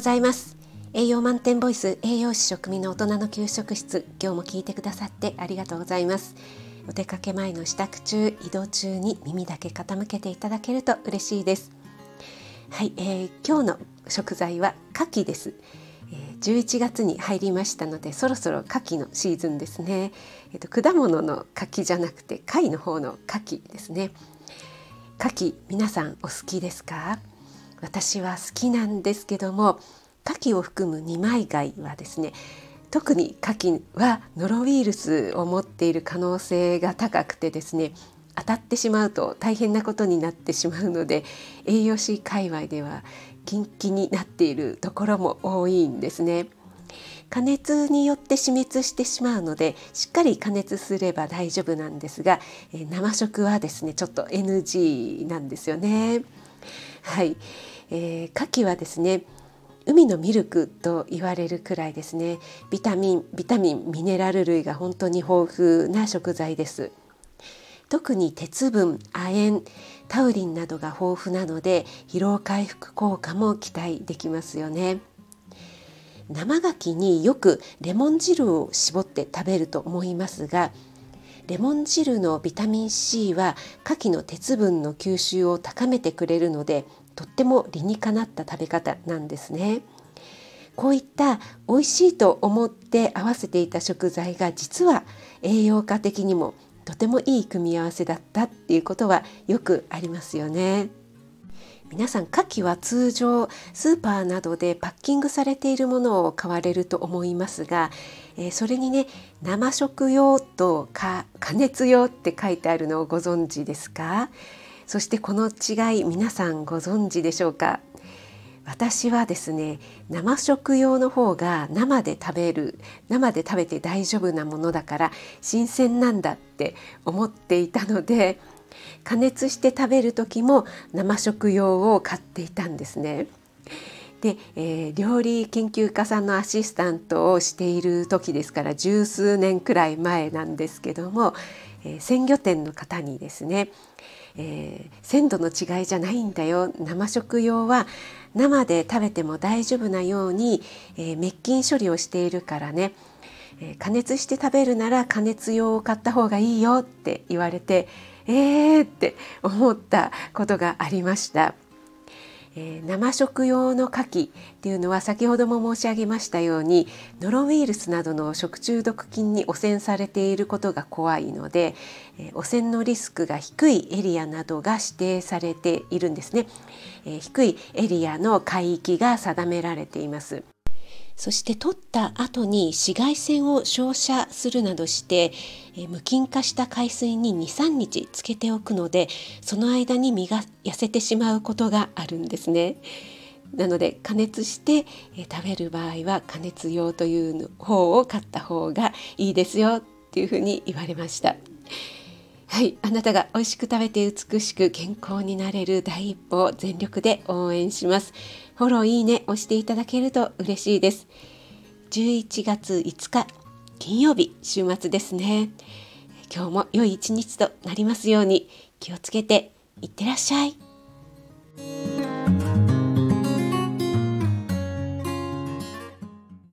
ざいます。栄養満点ボイス栄養士食味の大人の給食室、今日も聞いてくださってありがとうございます。お出かけ前の支度中、移動中に耳だけ傾けていただけると嬉しいです。はい、今日の食材は牡蠣です。11月に入りましたので、そろそろ牡蠣のシーズンですね。果物の牡蠣じゃなくて貝の方の牡蠣ですね。牡蠣、皆さんお好きですか？私は好きなんですけども、牡蠣を含む二枚貝はですね、特に牡蠣はノロウイルスを持っている可能性が高くてですね、当たってしまうと大変なことになってしまうので、栄養士界隈では禁忌になっているところも多いんですね。加熱によって死滅してしまうので、しっかり加熱すれば大丈夫なんですが、生食はですねちょっと NG なんですよね。はい、牡蠣はですね、海のミルクと言われるくらいですね、ビタミン、ミネラル類が本当に豊富な食材です。特に鉄分、亜鉛、タウリンなどが豊富なので、疲労回復効果も期待できますよね。生牡蠣によくレモン汁を絞って食べると思いますが、レモン汁のビタミン C は牡蠣の鉄分の吸収を高めてくれるので、とっても理にかなった食べ方なんですね。こういった美味しいと思って合わせていた食材が、実は栄養価的にもとてもいい組み合わせだったっていうことはよくありますよね。皆さん、牡蠣は通常スーパーなどでパッキングされているものを買われると思いますが、それにね、生食用と加熱用って書いてあるのをご存知ですか？そしてこの違い、皆さんご存知でしょうか？私はですね、生食用の方が生で食べて大丈夫なものだから新鮮なんだって思っていたので、加熱して食べる時も生食用を買っていたんですね。で、料理研究家さんのアシスタントをしている時ですから、十数年くらい前なんですけども、鮮魚店の方にですね、鮮度の違いじゃないんだよ、生食用は生で食べても大丈夫なように、滅菌処理をしているからね、加熱して食べるなら加熱用を買った方がいいよって言われて、って思ったことがありました。生食用の牡蠣っていうのは、先ほども申し上げましたように、ノロウイルスなどの食中毒菌に汚染されていることが怖いので、汚染のリスクが低いエリアなどが指定されているんですね。低いエリアの海域が定められています。そして取った後に紫外線を照射するなどして、無菌化した海水に 2,3 日つけておくので、その間に身が痩せてしまうことがあるんですね。なので加熱して食べる場合は加熱用という方を買った方がいいですよっていうふうに言われました。はい、あなたが美味しく食べて美しく健康になれる第一歩を全力で応援します。フォロー、いいね押していただけると嬉しいです。11月5日金曜日、週末ですね。今日も良い一日となりますように。気をつけていってらっしゃい。